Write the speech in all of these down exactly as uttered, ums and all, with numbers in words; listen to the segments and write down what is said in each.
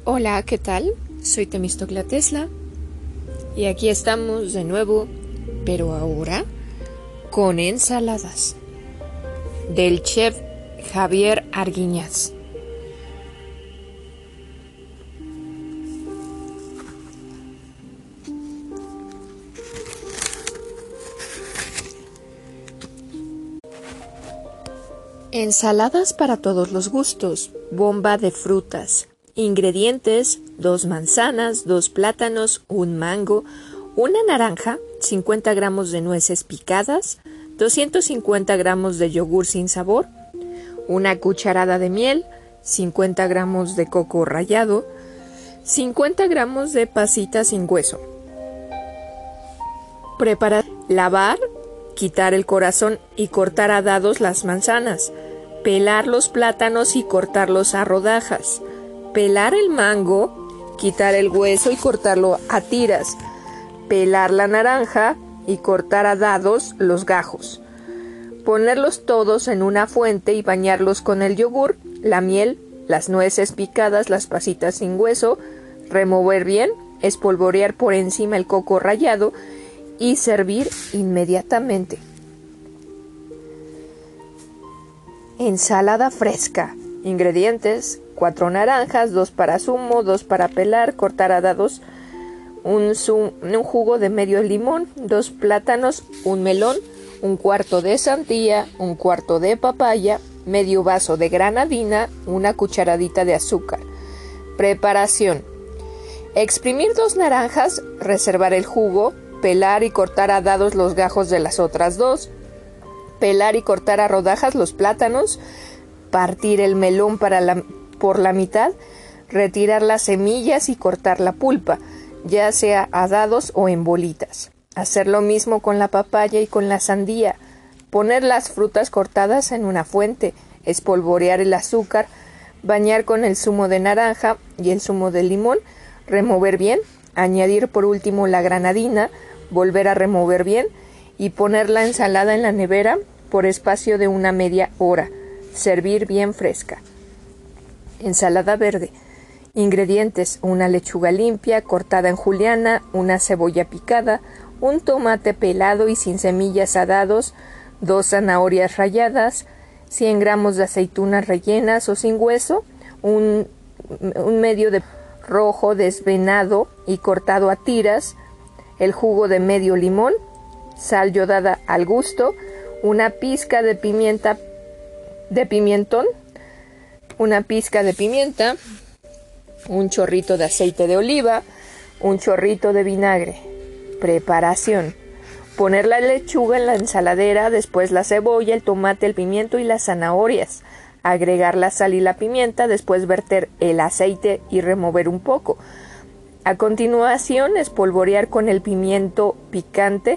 Hola, ¿qué tal? Soy Temistocla Tesla y aquí estamos de nuevo, pero ahora con ensaladas del chef Javier Arguiñas. Ensaladas para todos los gustos, bomba de frutas. Ingredientes: dos manzanas, dos plátanos, un mango, una naranja, cincuenta gramos de nueces picadas, doscientos cincuenta gramos de yogur sin sabor, una cucharada de miel, cincuenta gramos de coco rallado, cincuenta gramos de pasita sin hueso. Preparar: lavar, quitar el corazón y cortar a dados las manzanas, pelar los plátanos y cortarlos a rodajas, pelar el mango, quitar el hueso y cortarlo a tiras, pelar la naranja y cortar a dados los gajos, ponerlos todos en una fuente y bañarlos con el yogur, la miel, las nueces picadas, las pasitas sin hueso, remover bien, espolvorear por encima el coco rallado y servir inmediatamente. Ensalada fresca. Ingredientes: cuatro naranjas, dos para zumo, dos para pelar, cortar a dados, un, zum, un jugo de medio limón, dos plátanos, un melón, un cuarto de sandía, un cuarto de papaya, medio vaso de granadina, una cucharadita de azúcar. Preparación: exprimir dos naranjas, reservar el jugo, pelar y cortar a dados los gajos de las otras dos, pelar y cortar a rodajas los plátanos, partir el melón para la, por la mitad, retirar las semillas y cortar la pulpa, ya sea a dados o en bolitas. Hacer lo mismo con la papaya y con la sandía. Poner las frutas cortadas en una fuente, espolvorear el azúcar, bañar con el zumo de naranja y el zumo de limón, remover bien, añadir por último la granadina, volver a remover bien y poner la ensalada en la nevera por espacio de una media hora. Servir bien fresca. Ensalada verde. Ingredientes: una lechuga limpia cortada en juliana, una cebolla picada, un tomate pelado y sin semillas a dados, dos zanahorias ralladas, cien gramos de aceitunas rellenas o sin hueso, un, un medio de rojo desvenado y cortado a tiras, el jugo de medio limón, sal yodada al gusto, una pizca de pimienta de pimentón, una pizca de pimienta, un chorrito de aceite de oliva, un chorrito de vinagre. Preparación: poner la lechuga en la ensaladera, después la cebolla, el tomate, el pimiento y las zanahorias. Agregar la sal y la pimienta, después verter el aceite y remover un poco. A continuación, espolvorear con el pimiento picante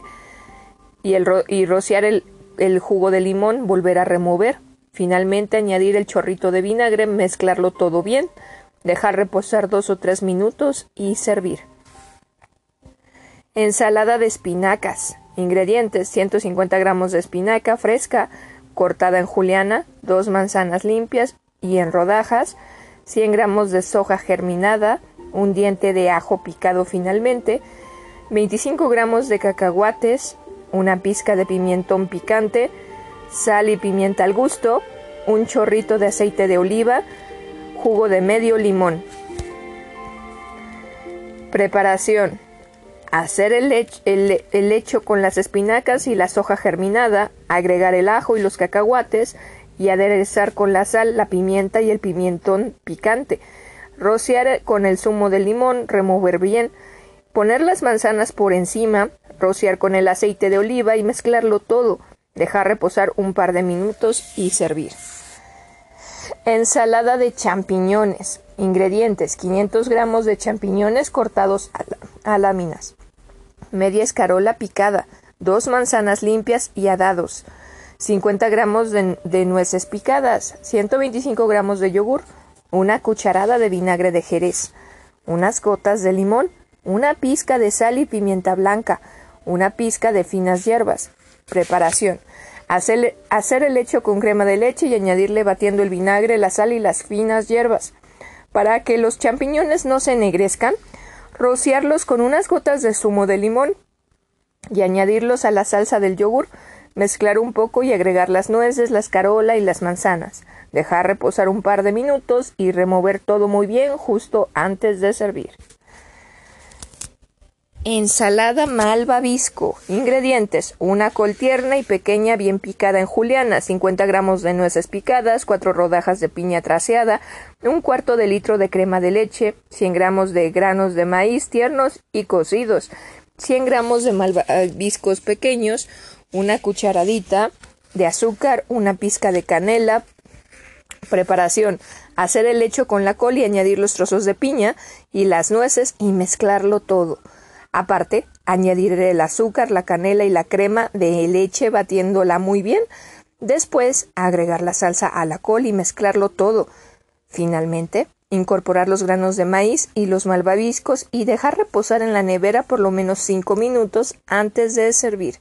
y, el ro- y rociar el, el jugo de limón, volver a remover. Finalmente, añadir el chorrito de vinagre, mezclarlo todo bien, dejar reposar dos o tres minutos y servir. Ensalada de espinacas. Ingredientes: ciento cincuenta gramos de espinaca fresca, cortada en juliana, dos manzanas limpias y en rodajas, cien gramos de soja germinada, un diente de ajo picado finalmente, veinticinco gramos de cacahuates, una pizca de pimentón picante, sal y pimienta al gusto, un chorrito de aceite de oliva, jugo de medio limón. Preparación: hacer el, lech- el, el lecho con las espinacas y la soja germinada, agregar el ajo y los cacahuates y aderezar con la sal, la pimienta y el pimentón picante. Rociar con el zumo de limón, remover bien, poner las manzanas por encima, rociar con el aceite de oliva y mezclarlo todo, dejar reposar un par de minutos y servir. Ensalada de champiñones. Ingredientes: quinientos gramos de champiñones cortados a, a láminas, media escarola picada, dos manzanas limpias y a dados, cincuenta gramos de, de nueces picadas, ciento veinticinco gramos de yogur, una cucharada de vinagre de Jerez, unas gotas de limón, una pizca de sal y pimienta blanca, una pizca de finas hierbas. Preparación: hacer, hacer el hecho con crema de leche y añadirle batiendo el vinagre, la sal y las finas hierbas. Para que los champiñones no se ennegrezcan, rociarlos con unas gotas de zumo de limón y añadirlos a la salsa del yogur, mezclar un poco y agregar las nueces, la escarola y las manzanas. Dejar reposar un par de minutos y remover todo muy bien justo antes de servir. Ensalada malvavisco. Ingredientes: una col tierna y pequeña bien picada en juliana, cincuenta gramos de nueces picadas, cuatro rodajas de piña traseada, un cuarto de litro de crema de leche, cien gramos de granos de maíz tiernos y cocidos, cien gramos de malvaviscos pequeños, una cucharadita de azúcar, una pizca de canela. Preparación: hacer el hecho con la col y añadir los trozos de piña y las nueces y mezclarlo todo. Aparte, añadir el azúcar, la canela y la crema de leche batiéndola muy bien. Después, agregar la salsa a la col y mezclarlo todo. Finalmente, incorporar los granos de maíz y los malvaviscos y dejar reposar en la nevera por lo menos cinco minutos antes de servir.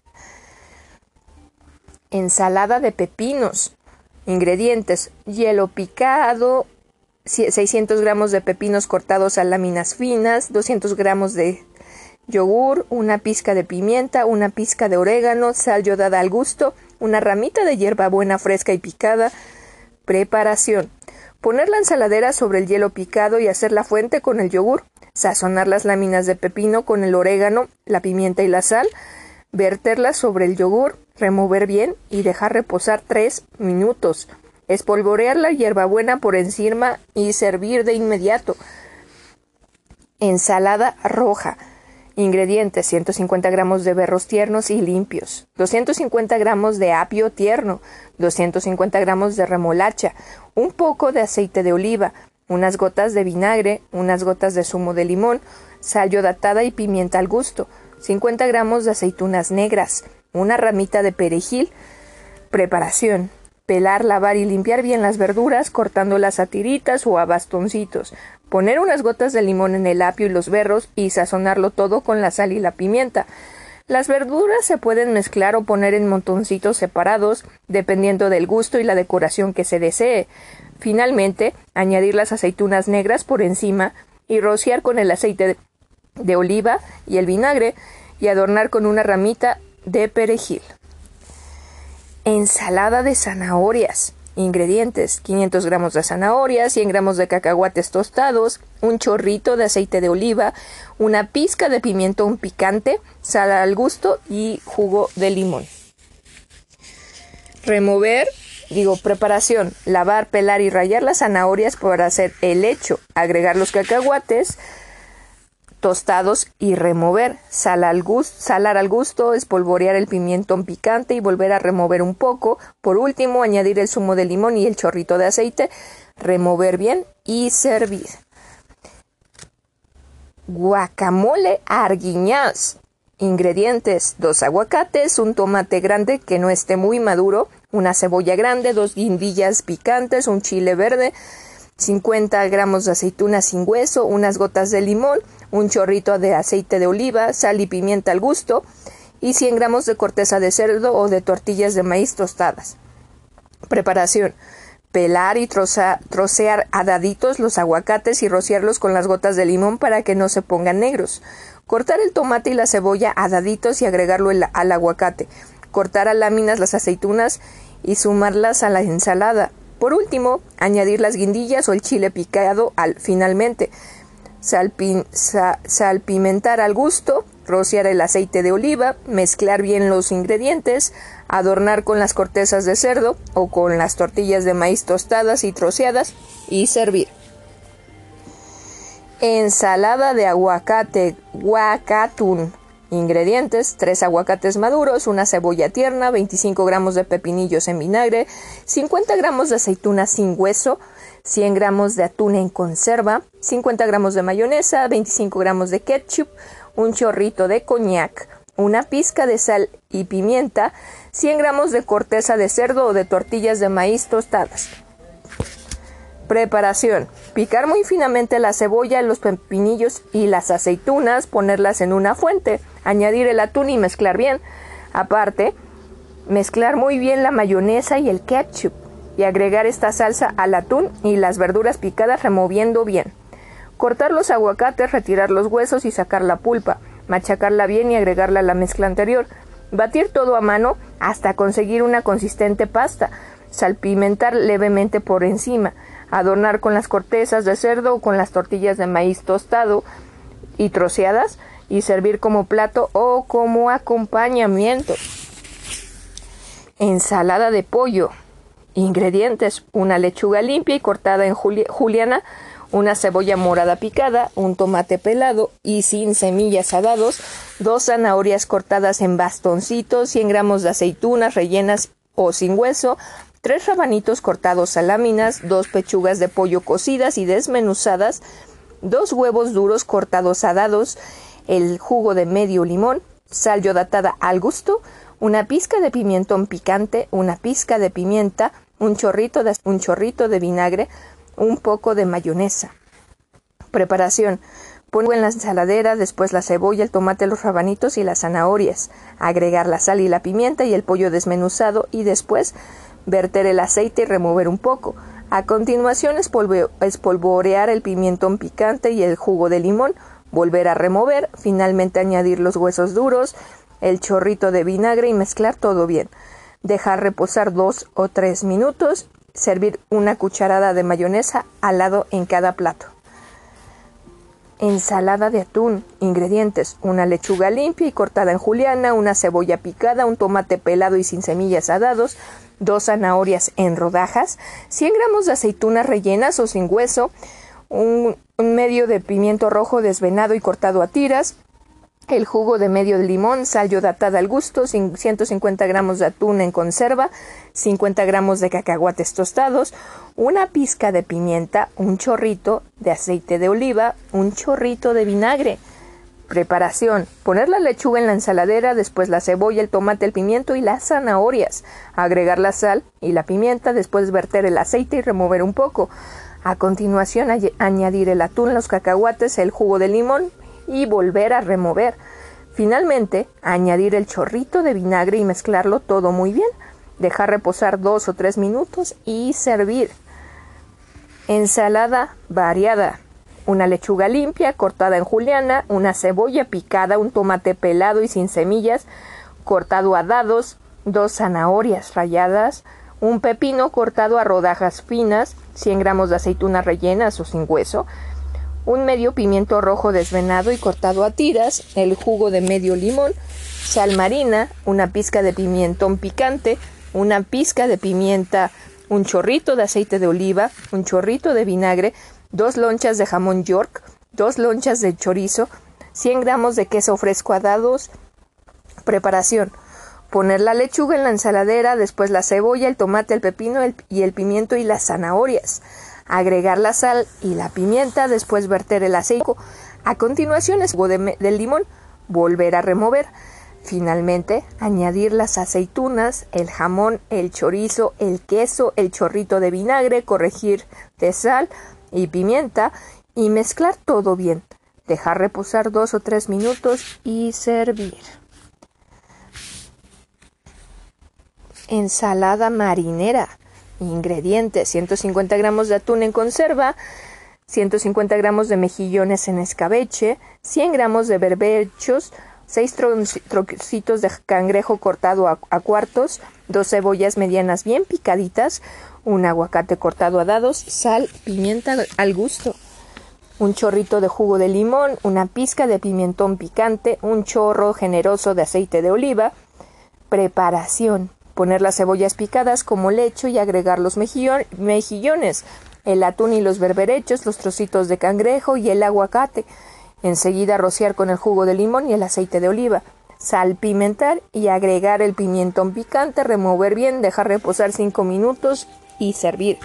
Ensalada de pepinos. Ingredientes: hielo picado, seiscientos gramos de pepinos cortados a láminas finas, doscientos gramos de yogur, una pizca de pimienta, una pizca de orégano, sal yodada al gusto, una ramita de hierbabuena fresca y picada. Preparación: poner la ensaladera sobre el hielo picado y hacer la fuente con el yogur, sazonar las láminas de pepino con el orégano, la pimienta y la sal, verterlas sobre el yogur, remover bien y dejar reposar tres minutos. Espolvorear la hierbabuena por encima y servir de inmediato. Ensalada roja. Ingredientes: ciento cincuenta gramos de berros tiernos y limpios, doscientos cincuenta gramos de apio tierno, doscientos cincuenta gramos de remolacha, un poco de aceite de oliva, unas gotas de vinagre, unas gotas de zumo de limón, sal yodatada y pimienta al gusto, cincuenta gramos de aceitunas negras, una ramita de perejil. Preparación: pelar, lavar y limpiar bien las verduras cortándolas a tiritas o a bastoncitos. Poner unas gotas de limón en el apio y los berros y sazonarlo todo con la sal y la pimienta. Las verduras se pueden mezclar o poner en montoncitos separados, dependiendo del gusto y la decoración que se desee. Finalmente, añadir las aceitunas negras por encima y rociar con el aceite de, de oliva y el vinagre y adornar con una ramita de perejil. Ensalada de zanahorias. Ingredientes: quinientos gramos de zanahorias, cien gramos de cacahuates tostados, un chorrito de aceite de oliva, una pizca de pimentón picante, sal al gusto y jugo de limón. Remover, digo, preparación: lavar, pelar y rallar las zanahorias para hacer el hecho, agregar los cacahuates tostados y remover, sal al gusto, salar al gusto, espolvorear el pimientón picante y volver a remover un poco. Por último, añadir el zumo de limón y el chorrito de aceite, remover bien y servir. Guacamole arguiñás. Ingredientes: dos aguacates, un tomate grande que no esté muy maduro, una cebolla grande, dos guindillas picantes, un chile verde, cincuenta gramos de aceituna sin hueso, unas gotas de limón, un chorrito de aceite de oliva, sal y pimienta al gusto y cien gramos de corteza de cerdo o de tortillas de maíz tostadas. Preparación: pelar y troza, trocear a daditos los aguacates y rociarlos con las gotas de limón para que no se pongan negros. Cortar el tomate y la cebolla a daditos y agregarlo el, al aguacate. Cortar a láminas las aceitunas y sumarlas a la ensalada. Por último, añadir las guindillas o el chile picado al finalmente. Salpin, sa, salpimentar al gusto, rociar el aceite de oliva, mezclar bien los ingredientes, adornar con las cortezas de cerdo o con las tortillas de maíz tostadas y troceadas y servir. Ensalada de aguacate guacatún. Ingredientes: tres aguacates maduros, una cebolla tierna, veinticinco gramos de pepinillos en vinagre, cincuenta gramos de aceituna sin hueso, cien gramos de atún en conserva, cincuenta gramos de mayonesa, veinticinco gramos de ketchup, un chorrito de coñac, una pizca de sal y pimienta, cien gramos de corteza de cerdo o de tortillas de maíz tostadas. Preparación: picar muy finamente la cebolla, los pepinillos y las aceitunas, ponerlas en una fuente, añadir el atún y mezclar bien. Aparte, mezclar muy bien la mayonesa y el ketchup. y agregar esta salsa al atún y las verduras picadas removiendo bien. Cortar los aguacates, retirar los huesos y sacar la pulpa, machacarla bien y agregarla a la mezcla anterior. Batir todo a mano hasta conseguir una consistente pasta. Salpimentar levemente por encima. Adornar con las cortezas de cerdo o con las tortillas de maíz tostado y troceadas y servir como plato o como acompañamiento. Ensalada de pollo. Ingredientes: una lechuga limpia y cortada en juli- juliana, una cebolla morada picada, un tomate pelado y sin semillas a dados, dos zanahorias cortadas en bastoncitos, cien gramos de aceitunas rellenas o sin hueso, tres rabanitos cortados a láminas, dos pechugas de pollo cocidas y desmenuzadas, dos huevos duros cortados a dados, el jugo de medio limón, sal yodatada al gusto, una pizca de pimentón picante, una pizca de pimienta, un chorrito de, un chorrito de vinagre, un poco de mayonesa. Preparación: pongo en la ensaladera, después la cebolla, el tomate, los rabanitos y las zanahorias. Agregar la sal y la pimienta y el pollo desmenuzado y después verter el aceite y remover un poco. A continuación espolvo- espolvorear el pimentón picante y el jugo de limón, volver a remover, finalmente añadir los huesos duros, el chorrito de vinagre y mezclar todo bien. Dejar reposar dos o tres minutos. Servir una cucharada de mayonesa al lado en cada plato. Ensalada de atún. Ingredientes: una lechuga limpia y cortada en juliana, una cebolla picada, un tomate pelado y sin semillas a dados, dos zanahorias en rodajas, cien gramos de aceitunas rellenas o sin hueso, un, un medio de pimiento rojo desvenado y cortado a tiras, el jugo de medio limón, sal yodatada al gusto, ciento cincuenta gramos de atún en conserva, cincuenta gramos de cacahuates tostados, una pizca de pimienta, un chorrito de aceite de oliva, un chorrito de vinagre. Preparación: poner la lechuga en la ensaladera, después la cebolla, el tomate, el pimiento y las zanahorias. Agregar la sal y la pimienta, después verter el aceite y remover un poco. A continuación añadir el atún, los cacahuates, el jugo de limón y volver a remover. Finalmente, añadir el chorrito de vinagre y mezclarlo todo muy bien. Dejar reposar dos o tres minutos y servir. Ensalada variada. Una lechuga limpia, cortada en juliana, una cebolla picada, un tomate pelado y sin semillas, cortado a dados, dos zanahorias ralladas, un pepino cortado a rodajas finas, cien gramos de aceitunas rellenas o sin hueso, un medio pimiento rojo desvenado y cortado a tiras, el jugo de medio limón, sal marina, una pizca de pimentón picante, una pizca de pimienta, un chorrito de aceite de oliva, un chorrito de vinagre, dos lonchas de jamón York, dos lonchas de chorizo, cien gramos de queso fresco a dados. Preparación: poner la lechuga en la ensaladera, después la cebolla, el tomate, el pepino el, y el pimiento y las zanahorias. Agregar la sal y la pimienta, después verter el aceite. A continuación el jugo de, del limón, volver a remover. Finalmente, añadir las aceitunas, el jamón, el chorizo, el queso, el chorrito de vinagre, corregir de sal y pimienta y mezclar todo bien. Dejar reposar dos o tres minutos y servir. Ensalada marinera. Ingredientes: ciento cincuenta gramos de atún en conserva, ciento cincuenta gramos de mejillones en escabeche, cien gramos de berberechos, seis trocitos de cangrejo cortado a, a cuartos, dos cebollas medianas bien picaditas, un aguacate cortado a dados, sal, pimienta al gusto, un chorrito de jugo de limón, una pizca de pimentón picante, un chorro generoso de aceite de oliva. Preparación: poner las cebollas picadas como lecho y agregar los mejillon, mejillones, el atún y los berberechos, los trocitos de cangrejo y el aguacate. Enseguida rociar con el jugo de limón y el aceite de oliva. Salpimentar y agregar el pimentón picante, remover bien, dejar reposar cinco minutos y servir.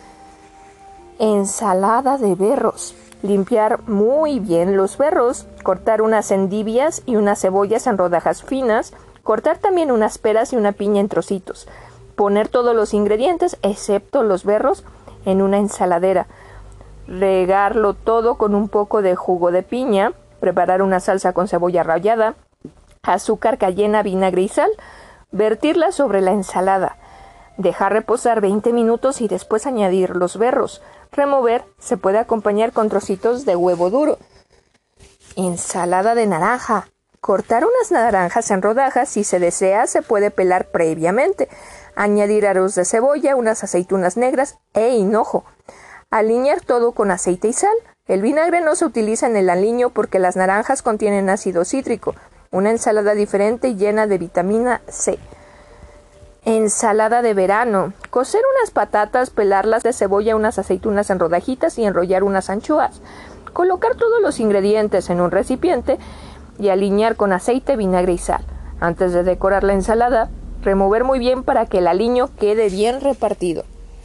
Ensalada de berros. Limpiar muy bien los berros, cortar unas endivias y unas cebollas en rodajas finas, cortar también unas peras y una piña en trocitos. Poner todos los ingredientes, excepto los berros, en una ensaladera. Regarlo todo con un poco de jugo de piña. Preparar una salsa con cebolla rallada, azúcar cayena, vinagre y sal. Vertirla sobre la ensalada. Dejar reposar veinte minutos y después añadir los berros. Remover. Se puede acompañar con trocitos de huevo duro. Ensalada de naranja. Cortar unas naranjas en rodajas. Si se desea, se puede pelar previamente. Añadir aros de cebolla, unas aceitunas negras e hinojo. Aliñar todo con aceite y sal. El vinagre no se utiliza en el aliño porque las naranjas contienen ácido cítrico. Una ensalada diferente y llena de vitamina C. Ensalada de verano. Cocer unas patatas, pelarlas de cebolla, unas aceitunas en rodajitas y enrollar unas anchoas. Colocar todos los ingredientes en un recipiente y aliñar con aceite, vinagre y sal. Antes de decorar la ensalada, remover muy bien para que el aliño quede bien repartido.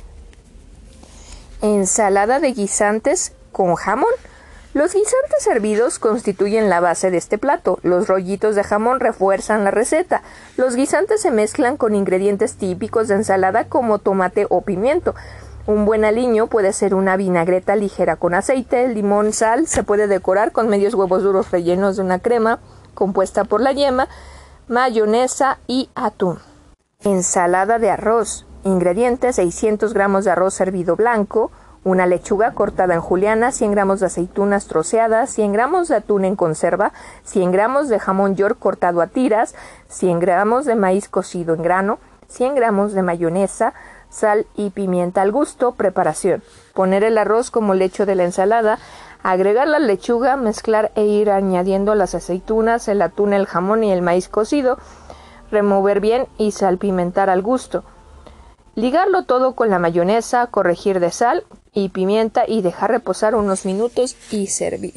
Ensalada de guisantes con jamón. Los guisantes hervidos constituyen la base de este plato. Los rollitos de jamón refuerzan la receta. Los guisantes se mezclan con ingredientes típicos de ensalada como tomate o pimiento. Un buen aliño puede ser una vinagreta ligera con aceite, limón, sal. Se puede decorar con medios huevos duros rellenos de una crema compuesta por la yema, mayonesa y atún. Ensalada de arroz. Ingredientes: seiscientos gramos de arroz hervido blanco, una lechuga cortada en juliana, cien gramos de aceitunas troceadas, cien gramos de atún en conserva, cien gramos de jamón york cortado a tiras, cien gramos de maíz cocido en grano, cien gramos de mayonesa, sal y pimienta al gusto. Preparación: poner el arroz como lecho de la ensalada, agregar la lechuga, mezclar e ir añadiendo las aceitunas, el atún, el jamón y el maíz cocido, remover bien y salpimentar al gusto. Ligarlo todo con la mayonesa, corregir de sal y pimienta y dejar reposar unos minutos y servir.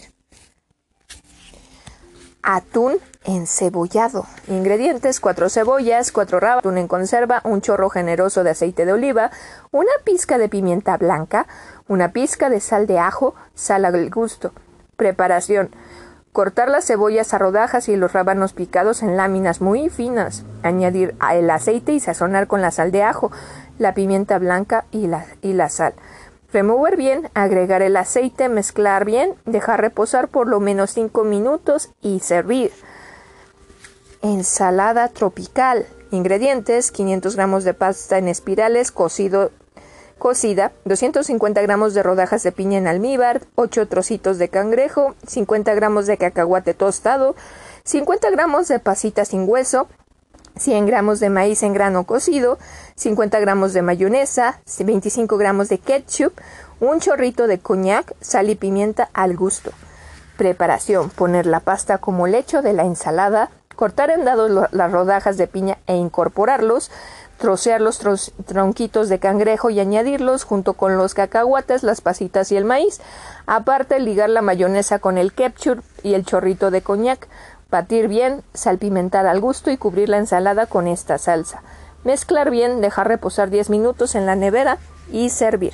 Atún encebollado. Ingredientes: cuatro cebollas, cuatro rabas, atún en conserva, un chorro generoso de aceite de oliva, una pizca de pimienta blanca, una pizca de sal de ajo, sal al gusto. Preparación: cortar las cebollas a rodajas y los rábanos picados en láminas muy finas. Añadir el aceite y sazonar con la sal de ajo, la pimienta blanca y la, y la sal. Remover bien, agregar el aceite, mezclar bien, dejar reposar por lo menos cinco minutos y servir. Ensalada tropical. Ingredientes: quinientos gramos de pasta en espirales cocido, cocida, doscientos cincuenta gramos de rodajas de piña en almíbar, ocho trocitos de cangrejo, cincuenta gramos de cacahuate tostado, cincuenta gramos de pasita sin hueso, cien gramos de maíz en grano cocido, cincuenta gramos de mayonesa, veinticinco gramos de ketchup, un chorrito de coñac, sal y pimienta al gusto. Preparación: poner la pasta como lecho de la ensalada, cortar en dados lo, las rodajas de piña e incorporarlos, trocear los tro- tronquitos de cangrejo y añadirlos junto con los cacahuates, las pasitas y el maíz. Aparte, ligar la mayonesa con el ketchup y el chorrito de coñac. Batir bien, salpimentar al gusto y cubrir la ensalada con esta salsa. Mezclar bien, dejar reposar diez minutos en la nevera y servir.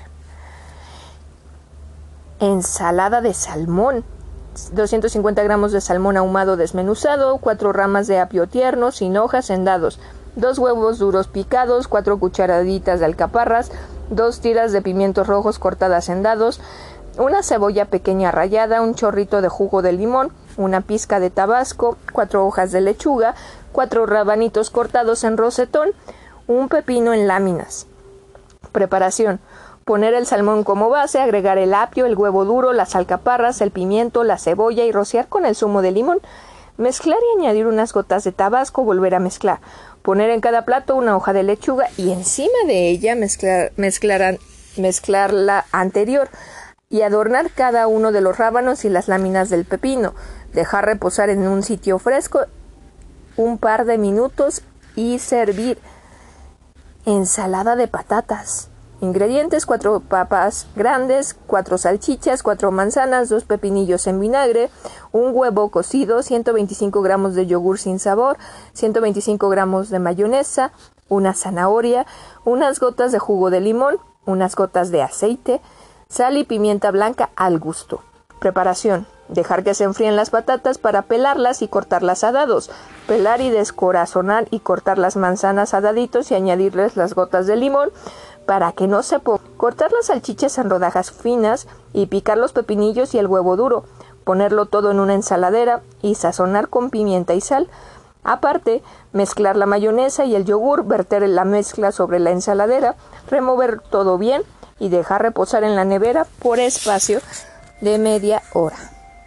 Ensalada de salmón. doscientos cincuenta gramos de salmón ahumado desmenuzado, cuatro ramas de apio tierno sin hojas en dados, dos huevos duros picados, cuatro cucharaditas de alcaparras, dos tiras de pimientos rojos cortadas en dados, una cebolla pequeña rallada, un chorrito de jugo de limón, una pizca de tabasco, cuatro hojas de lechuga, cuatro rabanitos cortados en rosetón, un pepino en láminas. Preparación: poner el salmón como base, agregar el apio, el huevo duro, las alcaparras, el pimiento, la cebolla y rociar con el zumo de limón. Mezclar y añadir unas gotas de tabasco, volver a mezclar. Poner en cada plato una hoja de lechuga y encima de ella mezclar, mezclar, mezclar la anterior y adornar cada uno de los rábanos y las láminas del pepino. Dejar reposar en un sitio fresco un par de minutos y servir. Ensalada de patatas. Ingredientes: cuatro papas grandes, cuatro salchichas, cuatro manzanas, dos pepinillos en vinagre, un huevo cocido, ciento veinticinco gramos de yogur sin sabor, ciento veinticinco gramos de mayonesa, una zanahoria, unas gotas de jugo de limón, unas gotas de aceite, sal y pimienta blanca al gusto. Preparación: dejar que se enfríen las patatas para pelarlas y cortarlas a dados. Pelar y descorazonar y cortar las manzanas a daditos y añadirles las gotas de limón para que no se pongan. Cortar las salchichas en rodajas finas y picar los pepinillos y el huevo duro. Ponerlo todo en una ensaladera y sazonar con pimienta y sal. Aparte, mezclar la mayonesa y el yogur, verter la mezcla sobre la ensaladera, remover todo bien y dejar reposar en la nevera por espacio de media hora.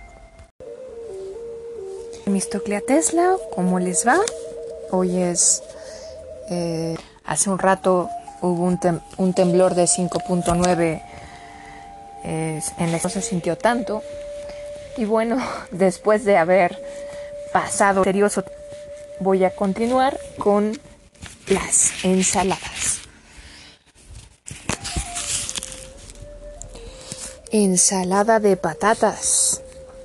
Mistoclea Tesla, ¿cómo les va? Hoy es... Eh, hace un rato hubo un, tem- un temblor de cinco punto nueve eh, en la que no se sintió tanto. Y bueno, después de haber pasado misterioso, voy a continuar con las ensaladas. Ensalada de patatas.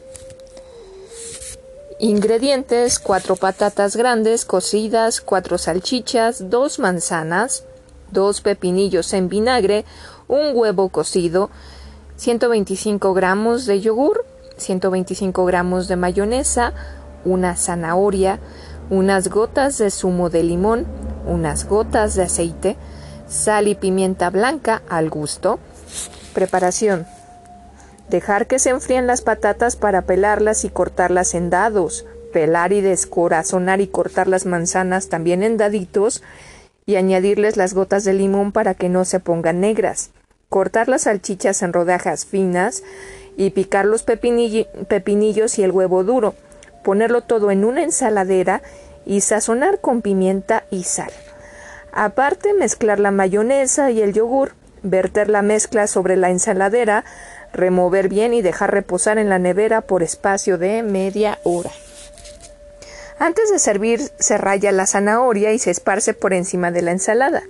Ingredientes: cuatro patatas grandes cocidas, cuatro salchichas, dos manzanas, dos pepinillos en vinagre, un huevo cocido, ciento veinticinco gramos de yogur, ciento veinticinco gramos de mayonesa, una zanahoria, unas gotas de zumo de limón, unas gotas de aceite, sal y pimienta blanca al gusto. Preparación: dejar que se enfríen las patatas para pelarlas y cortarlas en dados, pelar y descorazonar y cortar las manzanas también en daditos y añadirles las gotas de limón para que no se pongan negras. Cortar las salchichas en rodajas finas y picar los pepinilli- pepinillos y el huevo duro. Ponerlo todo en una ensaladera y sazonar con pimienta y sal. Aparte, mezclar la mayonesa y el yogur, verter la mezcla sobre la ensaladera, remover bien y dejar reposar en la nevera por espacio de media hora. Antes de servir, se raya la zanahoria y se esparce por encima de la ensalada.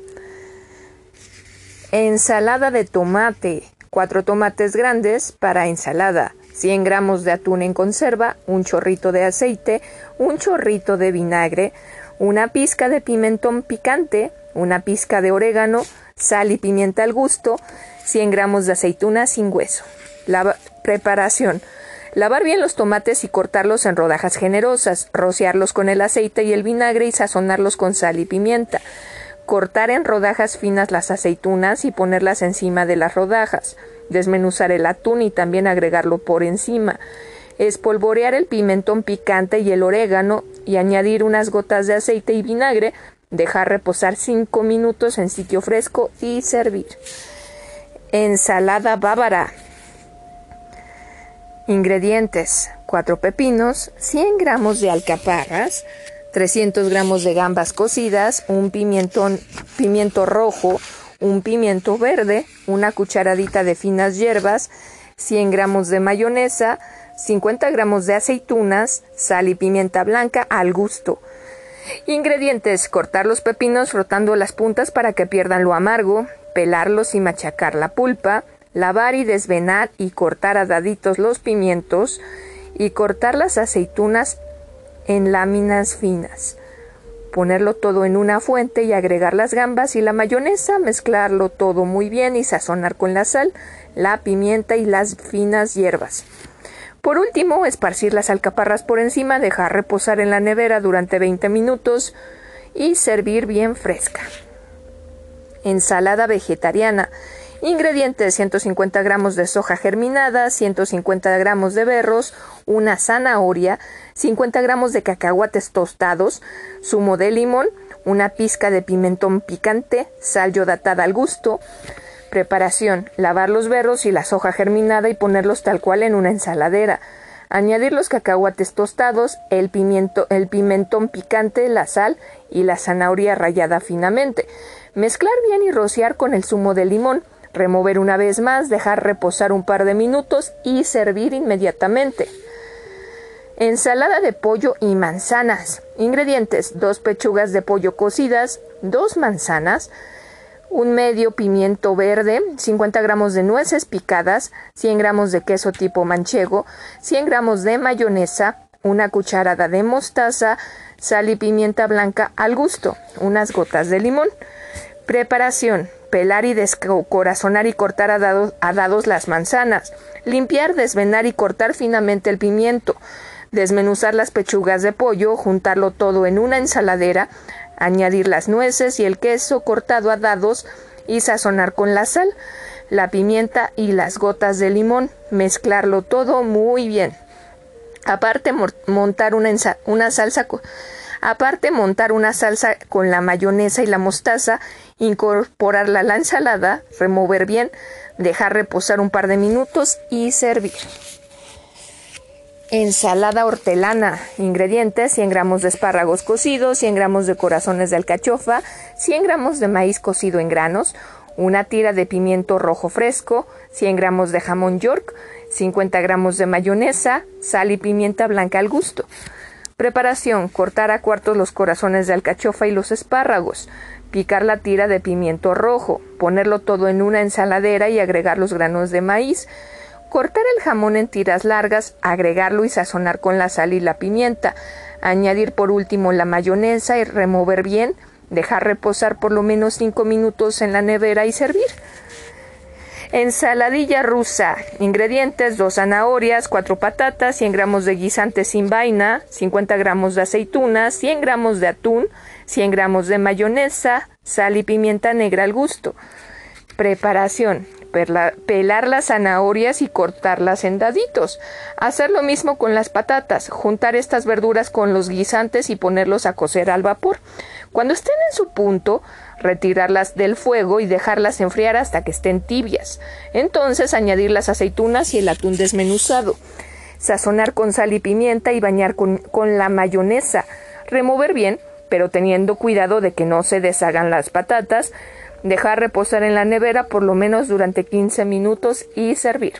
Ensalada de tomate. cuatro tomates grandes para ensalada, cien gramos de atún en conserva, un chorrito de aceite, un chorrito de vinagre, una pizca de pimentón picante, una pizca de orégano, sal y pimienta al gusto, cien gramos de aceitunas sin hueso. La preparación: lavar bien los tomates y cortarlos en rodajas generosas, rociarlos con el aceite y el vinagre y sazonarlos con sal y pimienta. Cortar en rodajas finas las aceitunas y ponerlas encima de las rodajas. Desmenuzar el atún y también agregarlo por encima. Espolvorear el pimentón picante y el orégano y añadir unas gotas de aceite y vinagre. Dejar reposar cinco minutos en sitio fresco y servir. Ensalada bávara. Ingredientes: cuatro pepinos, cien gramos de alcaparras, trescientos gramos de gambas cocidas, un pimentón, pimiento rojo, un pimiento verde, una cucharadita de finas hierbas, cien gramos de mayonesa, cincuenta gramos de aceitunas, sal y pimienta blanca al gusto. Ingredientes: cortar los pepinos frotando las puntas para que pierdan lo amargo, pelarlos y machacar la pulpa, lavar y desvenar y cortar a daditos los pimientos y cortar las aceitunas en láminas finas. Ponerlo todo en una fuente y agregar las gambas y la mayonesa, mezclarlo todo muy bien y sazonar con la sal, la pimienta y las finas hierbas. Por último, esparcir las alcaparras por encima, dejar reposar en la nevera durante veinte minutos y servir bien fresca. Ensalada vegetariana. Ingredientes: ciento cincuenta gramos de soja germinada, ciento cincuenta gramos de berros, una zanahoria, cincuenta gramos de cacahuates tostados, zumo de limón, una pizca de pimentón picante, sal yodatada al gusto. Preparación: lavar los berros y la soja germinada y ponerlos tal cual en una ensaladera. Añadir los cacahuates tostados, el, pimiento, el pimentón picante, la sal y la zanahoria rallada finamente. Mezclar bien y rociar con el zumo de limón. Remover una vez más, dejar reposar un par de minutos y servir inmediatamente. Ensalada de pollo y manzanas. Ingredientes: dos pechugas de pollo cocidas, dos manzanas, un medio pimiento verde, cincuenta gramos de nueces picadas, cien gramos de queso tipo manchego, cien gramos de mayonesa, una cucharada de mostaza, sal y pimienta blanca al gusto, unas gotas de limón. Preparación: pelar y descorazonar y cortar a dados, a dados las manzanas, limpiar, desvenar y cortar finamente el pimiento, desmenuzar las pechugas de pollo, juntarlo todo en una ensaladera, añadir las nueces y el queso cortado a dados y sazonar con la sal, la pimienta y las gotas de limón, mezclarlo todo muy bien. Aparte, montar una, una salsa Aparte, montar una salsa con la mayonesa y la mostaza, incorporarla a la ensalada, remover bien, dejar reposar un par de minutos y servir. Ensalada hortelana. Ingredientes: cien gramos de espárragos cocidos, cien gramos de corazones de alcachofa, cien gramos de maíz cocido en granos, una tira de pimiento rojo fresco, cien gramos de jamón York, cincuenta gramos de mayonesa, sal y pimienta blanca al gusto. Preparación: cortar a cuartos los corazones de alcachofa y los espárragos, picar la tira de pimiento rojo, ponerlo todo en una ensaladera y agregar los granos de maíz. Cortar el jamón en tiras largas, agregarlo y sazonar con la sal y la pimienta. Añadir por último la mayonesa y remover bien. Dejar reposar por lo menos cinco minutos en la nevera y servir. Ensaladilla rusa. Ingredientes: dos zanahorias, cuatro patatas, cien gramos de guisante sin vaina, cincuenta gramos de aceitunas, cien gramos de atún, cien gramos de mayonesa, sal y pimienta negra al gusto. Preparación: pelar las zanahorias y cortarlas en daditos. Hacer lo mismo con las patatas, juntar estas verduras con los guisantes y ponerlos a cocer al vapor. Cuando estén en su punto, retirarlas del fuego y dejarlas enfriar hasta que estén tibias. Entonces añadir las aceitunas y el atún desmenuzado. Sazonar con sal y pimienta y bañar con, con la mayonesa. Remover bien, pero teniendo cuidado de que no se deshagan las patatas. Dejar reposar en la nevera por lo menos durante quince minutos y servir.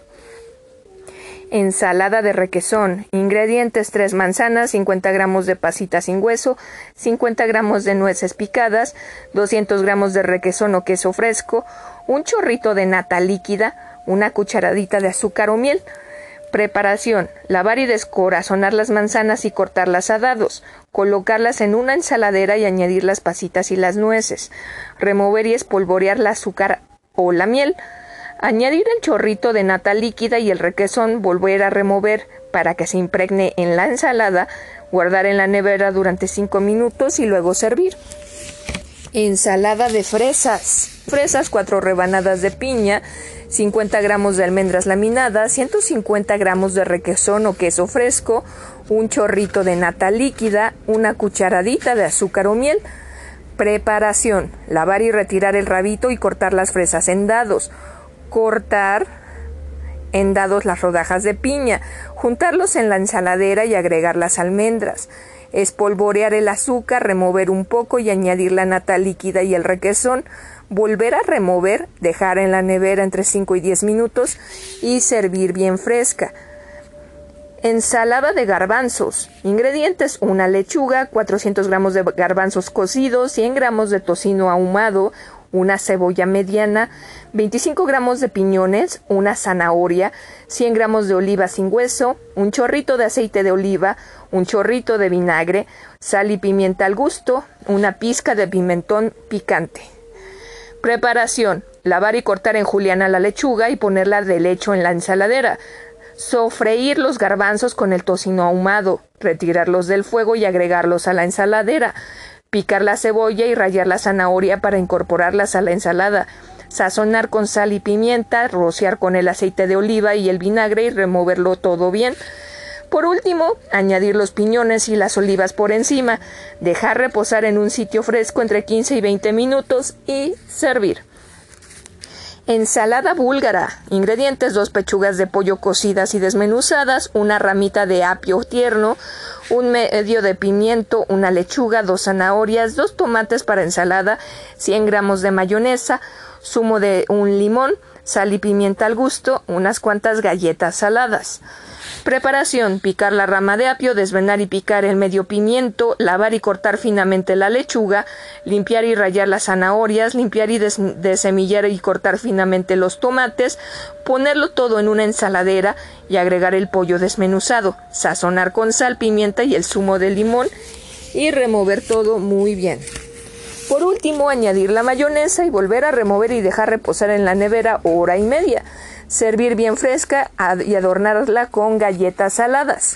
Ensalada de requesón. Ingredientes: tres manzanas, cincuenta gramos de pasitas sin hueso, cincuenta gramos de nueces picadas, doscientos gramos de requesón o queso fresco, un chorrito de nata líquida, una cucharadita de azúcar o miel. Preparación: lavar y descorazonar las manzanas y cortarlas a dados, colocarlas en una ensaladera y añadir las pasitas y las nueces, remover y espolvorear el azúcar o la miel, añadir el chorrito de nata líquida y el requesón, volver a remover para que se impregne en la ensalada, guardar en la nevera durante cinco minutos y luego servir. Ensalada de fresas. Fresas: cuatro rebanadas de piña, cincuenta gramos de almendras laminadas, ciento cincuenta gramos de requesón o queso fresco, un chorrito de nata líquida, una cucharadita de azúcar o miel. Preparación: lavar y retirar el rabito y cortar las fresas en dados. Cortar en dados las rodajas de piña, juntarlos en la ensaladera y agregar las almendras. Espolvorear el azúcar, remover un poco y añadir la nata líquida y el requesón. Volver a remover, dejar en la nevera entre cinco y diez minutos y servir bien fresca. Ensalada de garbanzos. Ingredientes: una lechuga, cuatrocientos gramos de garbanzos cocidos, cien gramos de tocino ahumado, una cebolla mediana, veinticinco gramos de piñones, una zanahoria, cien gramos de oliva sin hueso, un chorrito de aceite de oliva, un chorrito de vinagre, sal y pimienta al gusto, una pizca de pimentón picante. Preparación: lavar y cortar en juliana la lechuga y ponerla de lecho en la ensaladera. Sofreír los garbanzos con el tocino ahumado, retirarlos del fuego y agregarlos a la ensaladera. Picar la cebolla y rallar la zanahoria para incorporarlas a la ensalada. Sazonar con sal y pimienta, rociar con el aceite de oliva y el vinagre y removerlo todo bien. Por último, añadir los piñones y las olivas por encima, dejar reposar en un sitio fresco entre quince y veinte minutos y servir. Ensalada búlgara. Ingredientes: dos pechugas de pollo cocidas y desmenuzadas, una ramita de apio tierno, un medio de pimiento, una lechuga, dos zanahorias, dos tomates para ensalada, cien gramos de mayonesa, zumo de un limón, sal y pimienta al gusto, unas cuantas galletas saladas. Preparación: picar la rama de apio, desvenar y picar el medio pimiento, lavar y cortar finamente la lechuga, limpiar y rallar las zanahorias, limpiar y des desemillar y cortar finamente los tomates, ponerlo todo en una ensaladera y agregar el pollo desmenuzado, sazonar con sal, pimienta y el zumo de limón y remover todo muy bien. Por último, añadir la mayonesa y volver a remover y dejar reposar en la nevera hora y media. Servir bien fresca y adornarla con galletas saladas.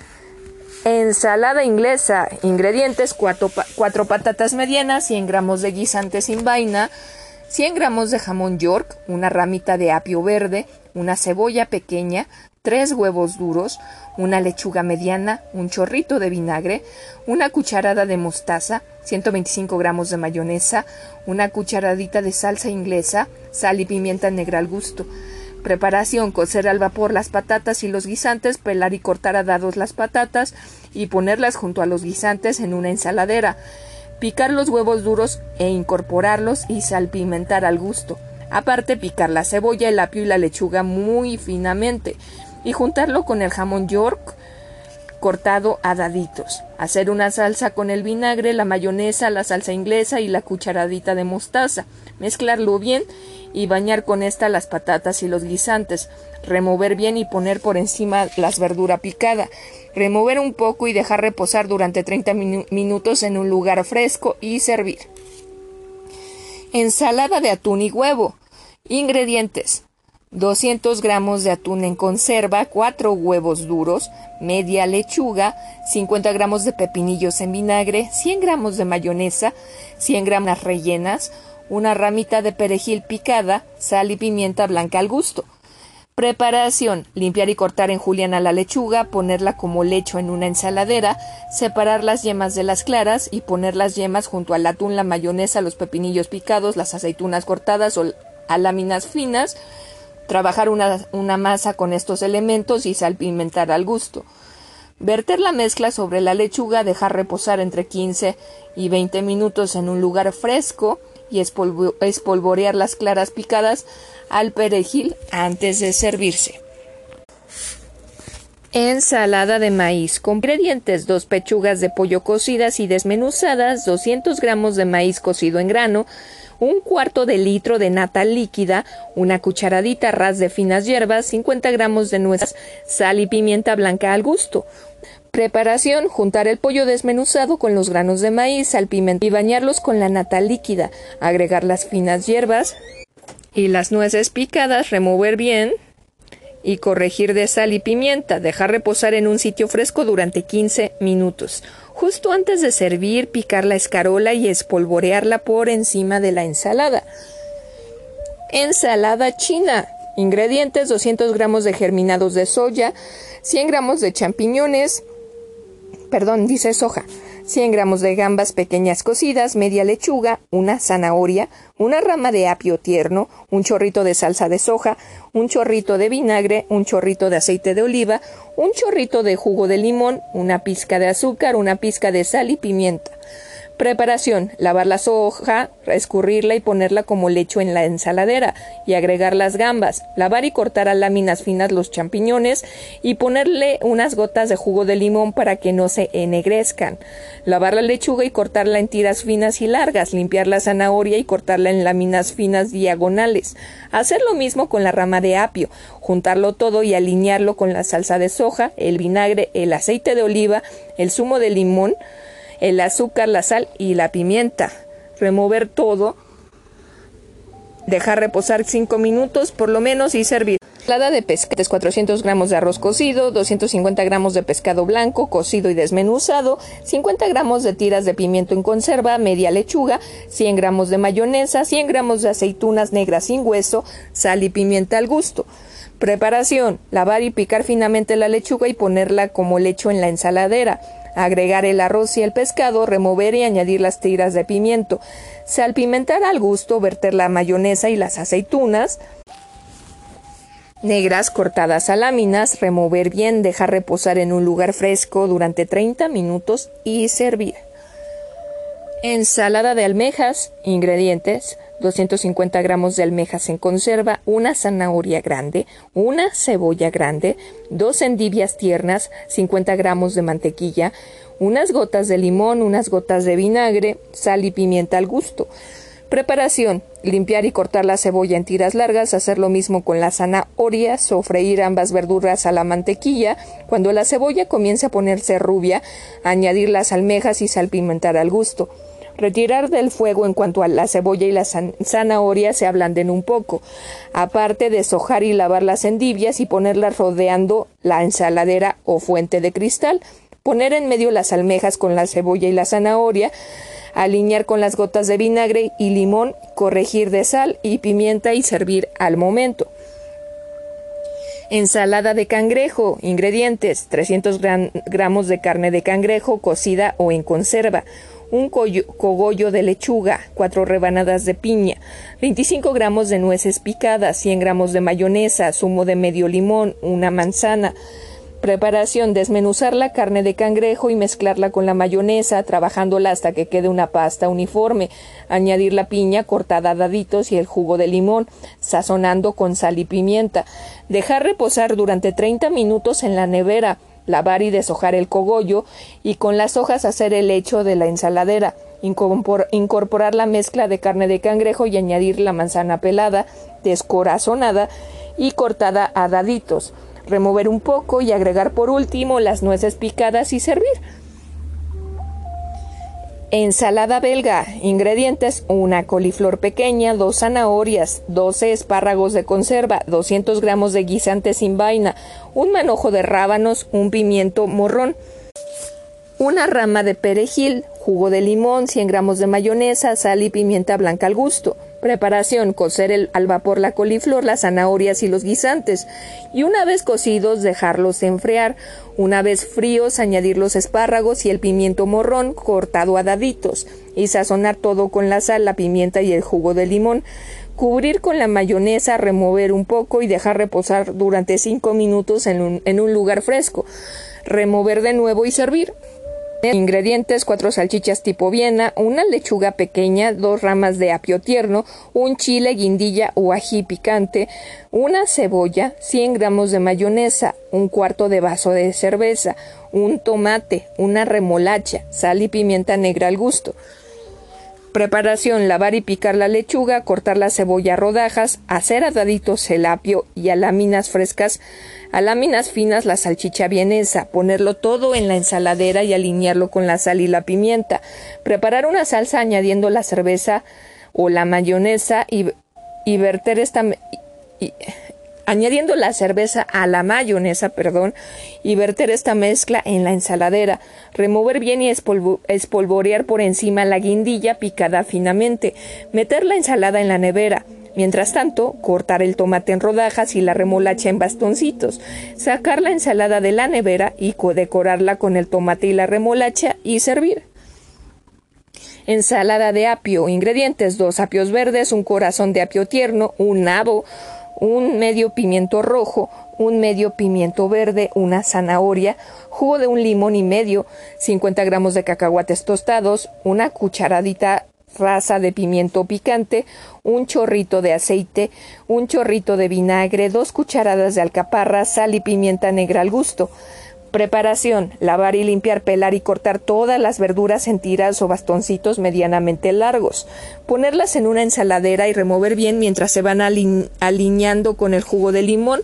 Ensalada inglesa. Ingredientes: cuatro, cuatro patatas medianas, cien gramos de guisante sin vaina, cien gramos de jamón York, una ramita de apio verde, una cebolla pequeña, tres huevos duros, una lechuga mediana, un chorrito de vinagre, una cucharada de mostaza, ciento veinticinco gramos de mayonesa, una cucharadita de salsa inglesa, sal y pimienta negra al gusto. Preparación: cocer al vapor las patatas y los guisantes, pelar y cortar a dados las patatas y ponerlas junto a los guisantes en una ensaladera. Picar los huevos duros e incorporarlos y salpimentar al gusto. Aparte, picar la cebolla, el apio y la lechuga muy finamente y juntarlo con el jamón York cortado a daditos. Hacer una salsa con el vinagre, la mayonesa, la salsa inglesa y la cucharadita de mostaza. Mezclarlo bien y bañar con esta las patatas y los guisantes. Remover bien y poner por encima las verduras picada. Remover un poco y dejar reposar durante treinta minu- minutos en un lugar fresco y servir. Ensalada de atún y huevo. Ingredientes: doscientos gramos de atún en conserva, cuatro huevos duros, media lechuga, cincuenta gramos de pepinillos en vinagre, cien gramos de mayonesa, cien gramos rellenas, una ramita de perejil picada, sal y pimienta blanca al gusto. Preparación: limpiar y cortar en juliana la lechuga, ponerla como lecho en una ensaladera, separar las yemas de las claras y poner las yemas junto al atún, la mayonesa, los pepinillos picados, las aceitunas cortadas o a láminas finas. Trabajar una, una masa con estos elementos y salpimentar al gusto. Verter la mezcla sobre la lechuga, dejar reposar entre quince y veinte minutos en un lugar fresco y espolvo, espolvorear las claras picadas al perejil antes de servirse. Ensalada de maíz con ingredientes: dos pechugas de pollo cocidas y desmenuzadas, doscientos gramos de maíz cocido en grano, un cuarto de litro de nata líquida, una cucharadita ras de finas hierbas, cincuenta gramos de nueces, sal y pimienta blanca al gusto. Preparación: juntar el pollo desmenuzado con los granos de maíz, salpimentar y bañarlos con la nata líquida, agregar las finas hierbas y las nueces picadas, remover bien y corregir de sal y pimienta, dejar reposar en un sitio fresco durante quince minutos. Justo antes de servir, picar la escarola y espolvorearla por encima de la ensalada. Ensalada china. Ingredientes: doscientos gramos de germinados de soya, cien gramos de champiñones, perdón, dice soja, cien gramos de gambas pequeñas cocidas, media lechuga, una zanahoria, una rama de apio tierno, un chorrito de salsa de soja, un chorrito de vinagre, un chorrito de aceite de oliva, un chorrito de jugo de limón, una pizca de azúcar, una pizca de sal y pimienta. Preparación: lavar la soja, escurrirla y ponerla como lecho en la ensaladera y agregar las gambas, lavar y cortar a láminas finas los champiñones y ponerle unas gotas de jugo de limón para que no se ennegrezcan, lavar la lechuga y cortarla en tiras finas y largas, limpiar la zanahoria y cortarla en láminas finas diagonales, hacer lo mismo con la rama de apio, juntarlo todo y alinearlo con la salsa de soja, el vinagre, el aceite de oliva, el zumo de limón, el azúcar, la sal y la pimienta. Remover todo, dejar reposar cinco minutos por lo menos y servir. Ensalada de pescado: cuatrocientos gramos de arroz cocido, doscientos cincuenta gramos de pescado blanco cocido y desmenuzado, cincuenta gramos de tiras de pimiento en conserva, media lechuga, cien gramos de mayonesa, cien gramos de aceitunas negras sin hueso, sal y pimienta al gusto. Preparación: lavar y picar finamente la lechuga y ponerla como lecho en la ensaladera. Agregar el arroz y el pescado, remover y añadir las tiras de pimiento. Salpimentar al gusto, verter la mayonesa y las aceitunas negras cortadas a láminas, remover bien, dejar reposar en un lugar fresco durante treinta minutos y servir. Ensalada de almejas. Ingredientes: doscientos cincuenta gramos de almejas en conserva, una zanahoria grande, una cebolla grande, dos endivias tiernas, cincuenta gramos de mantequilla, unas gotas de limón, unas gotas de vinagre, sal y pimienta al gusto. Preparación: limpiar y cortar la cebolla en tiras largas, hacer lo mismo con la zanahoria, sofreír ambas verduras a la mantequilla. Cuando la cebolla comience a ponerse rubia, añadir las almejas y salpimentar al gusto. Retirar del fuego en cuanto a la cebolla y la zanahoria se ablanden un poco. Aparte, deshojar y lavar las endivias y ponerlas rodeando la ensaladera o fuente de cristal. Poner en medio las almejas con la cebolla y la zanahoria. Alinear con las gotas de vinagre y limón, corregir de sal y pimienta y servir al momento. Ensalada de cangrejo. Ingredientes: trescientos gramos de carne de cangrejo cocida o en conserva, un cogollo de lechuga, cuatro rebanadas de piña, veinticinco gramos de nueces picadas, cien gramos de mayonesa, zumo de medio limón, una manzana. Preparación: desmenuzar la carne de cangrejo y mezclarla con la mayonesa, trabajándola hasta que quede una pasta uniforme. Añadir la piña cortada a daditos y el jugo de limón, sazonando con sal y pimienta. Dejar reposar durante treinta minutos en la nevera. Lavar y deshojar el cogollo y con las hojas hacer el hecho de la ensaladera. Incorporar la mezcla de carne de cangrejo y añadir la manzana pelada, descorazonada y cortada a daditos. Remover un poco y agregar por último las nueces picadas y servir. Ensalada belga. Ingredientes: una coliflor pequeña, dos zanahorias, doce espárragos de conserva, doscientos gramos de guisante sin vaina, un manojo de rábanos, un pimiento morrón, una rama de perejil, jugo de limón, cien gramos de mayonesa, sal y pimienta blanca al gusto. Preparación: cocer el, al vapor la coliflor, las zanahorias y los guisantes, y una vez cocidos dejarlos enfriar. Una vez fríos añadir los espárragos y el pimiento morrón cortado a daditos y sazonar todo con la sal, la pimienta y el jugo de limón. Cubrir con la mayonesa, remover un poco y dejar reposar durante cinco minutos en un, en un lugar fresco. Remover de nuevo y servir. Ingredientes: cuatro salchichas tipo Viena, una lechuga pequeña, dos ramas de apio tierno, un chile, guindilla o ají picante, una cebolla, cien gramos de mayonesa, un cuarto de vaso de cerveza, un tomate, una remolacha, sal y pimienta negra al gusto. Preparación: lavar y picar la lechuga, cortar la cebolla a rodajas, hacer a daditos el apio y a láminas frescas, a láminas finas la salchicha vienesa, ponerlo todo en la ensaladera y alinearlo con la sal y la pimienta. Preparar una salsa añadiendo la cerveza o la mayonesa y, y verter esta... Y, añadiendo la cerveza a la mayonesa, perdón, y verter esta mezcla en la ensaladera. Remover bien y espolvo, espolvorear por encima la guindilla picada finamente. Meter la ensalada en la nevera. Mientras tanto, cortar el tomate en rodajas y la remolacha en bastoncitos. Sacar la ensalada de la nevera y decorarla con el tomate y la remolacha y servir. Ensalada de apio. Ingredientes: dos apios verdes, un corazón de apio tierno, un nabo, un medio pimiento rojo, un medio pimiento verde, una zanahoria, jugo de un limón y medio, cincuenta gramos de cacahuates tostados, una cucharadita rasa de pimiento picante, un chorrito de aceite, un chorrito de vinagre, dos cucharadas de alcaparra, sal y pimienta negra al gusto. Preparación: lavar y limpiar, pelar y cortar todas las verduras en tiras o bastoncitos medianamente largos. Ponerlas en una ensaladera y remover bien mientras se van aline- alineando con el jugo de limón,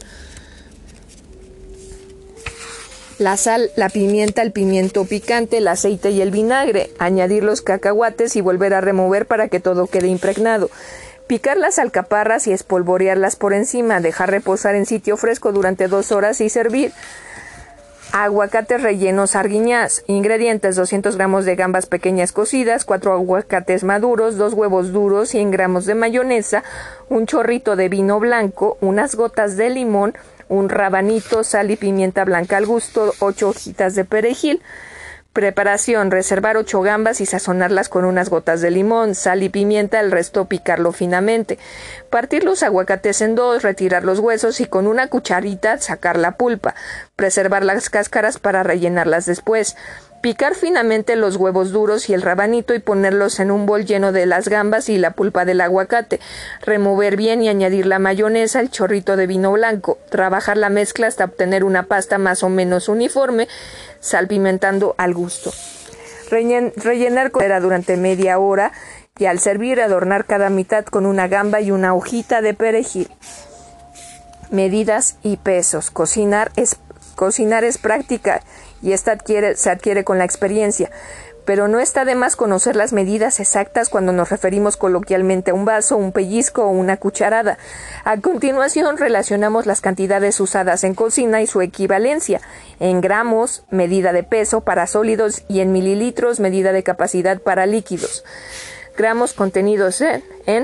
la sal, la pimienta, el pimiento picante, el aceite y el vinagre. Añadir los cacahuates y volver a remover para que todo quede impregnado. Picar las alcaparras y espolvorearlas por encima. Dejar reposar en sitio fresco durante dos horas y servir. Aguacates rellenos arguiñás. Ingredientes: doscientos gramos de gambas pequeñas cocidas, cuatro aguacates maduros, dos huevos duros, cien gramos de mayonesa, un chorrito de vino blanco, unas gotas de limón, un rabanito, sal y pimienta blanca al gusto, ocho hojitas de perejil. Preparación: reservar ocho gambas y sazonarlas con unas gotas de limón, sal y pimienta, el resto picarlo finamente. Partir los aguacates en dos, retirar los huesos y con una cucharita sacar la pulpa. Preservar las cáscaras para rellenarlas después. Picar finamente los huevos duros y el rabanito y ponerlos en un bol lleno de las gambas y la pulpa del aguacate. Remover bien y añadir la mayonesa, el chorrito de vino blanco. Trabajar la mezcla hasta obtener una pasta más o menos uniforme, salpimentando al gusto. Rellen- rellenar con cera durante media hora y al servir adornar cada mitad con una gamba y una hojita de perejil. Medidas y pesos. Cocinar es, cocinar es práctica y esta adquiere, se adquiere con la experiencia, pero no está de más conocer las medidas exactas cuando nos referimos coloquialmente a un vaso, un pellizco o una cucharada. A continuación relacionamos las cantidades usadas en cocina y su equivalencia en gramos, medida de peso para sólidos, y en mililitros, medida de capacidad para líquidos. Gramos contenidos en, en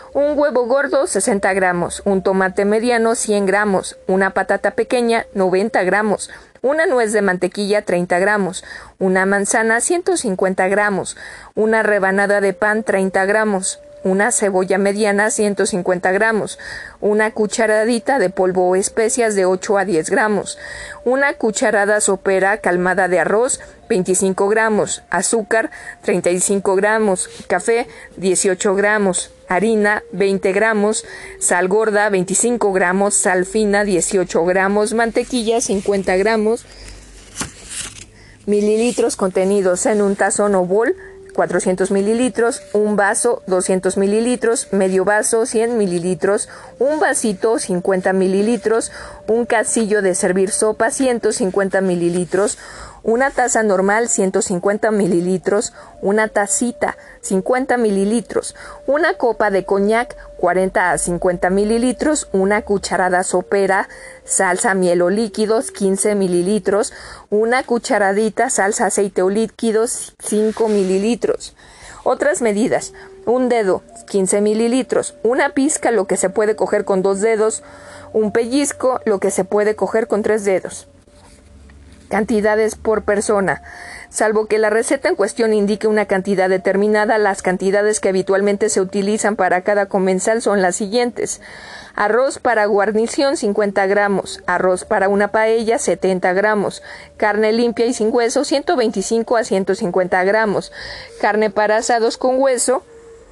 Un huevo gordo, sesenta gramos. Un tomate mediano, cien gramos. Una patata pequeña, noventa gramos. Una nuez de mantequilla, treinta gramos. Una manzana, ciento cincuenta gramos. Una rebanada de pan, treinta gramos. Una cebolla mediana, ciento cincuenta gramos. Una cucharadita de polvo o especias de ocho a diez gramos. Una cucharada sopera calmada de arroz, veinticinco gramos. Azúcar, treinta y cinco gramos. Café, dieciocho gramos. Harina, veinte gramos. Sal gorda, veinticinco gramos. Sal fina, dieciocho gramos. Mantequilla, cincuenta gramos. Mililitros contenidos en un tazón o bol, cuatrocientos mililitros, un vaso, doscientos mililitros, medio vaso, cien mililitros, un vasito, cincuenta mililitros, un casillo de servir sopa, ciento cincuenta mililitros, una taza normal, ciento cincuenta mililitros, una tacita, cincuenta mililitros, una copa de coñac, cuarenta a cincuenta mililitros, una cucharada sopera, salsa miel o líquidos, quince mililitros, una cucharadita salsa aceite o líquidos, cinco mililitros. Otras medidas: un dedo, quince mililitros, una pizca, lo que se puede coger con dos dedos, un pellizco, lo que se puede coger con tres dedos. Cantidades por persona. Salvo que la receta en cuestión indique una cantidad determinada, las cantidades que habitualmente se utilizan para cada comensal son las siguientes: arroz para guarnición, cincuenta gramos; arroz para una paella, setenta gramos; carne limpia y sin hueso, ciento veinticinco a ciento cincuenta gramos; carne para asados con hueso,